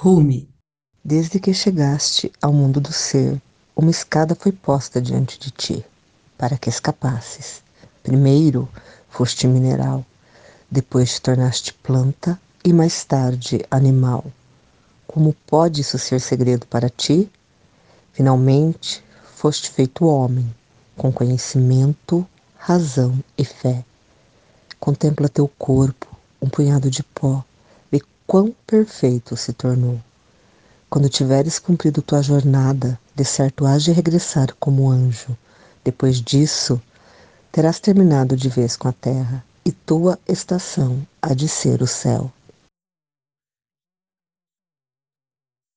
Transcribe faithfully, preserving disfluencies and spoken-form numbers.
Rumi, Desde que chegaste ao mundo do ser, uma escada foi posta diante de ti, para que escapasses. Primeiro foste mineral, depois te tornaste planta e mais tarde animal. Como pode isso ser segredo para ti? Finalmente foste feito homem, com conhecimento, razão e fé. Contempla teu corpo, um punhado de pó, vê quão perfeito se tornou. Quando tiveres cumprido tua jornada, de certo hás de regressar como anjo. Depois disso, terás terminado de vez com a terra, e tua estação há de ser o céu.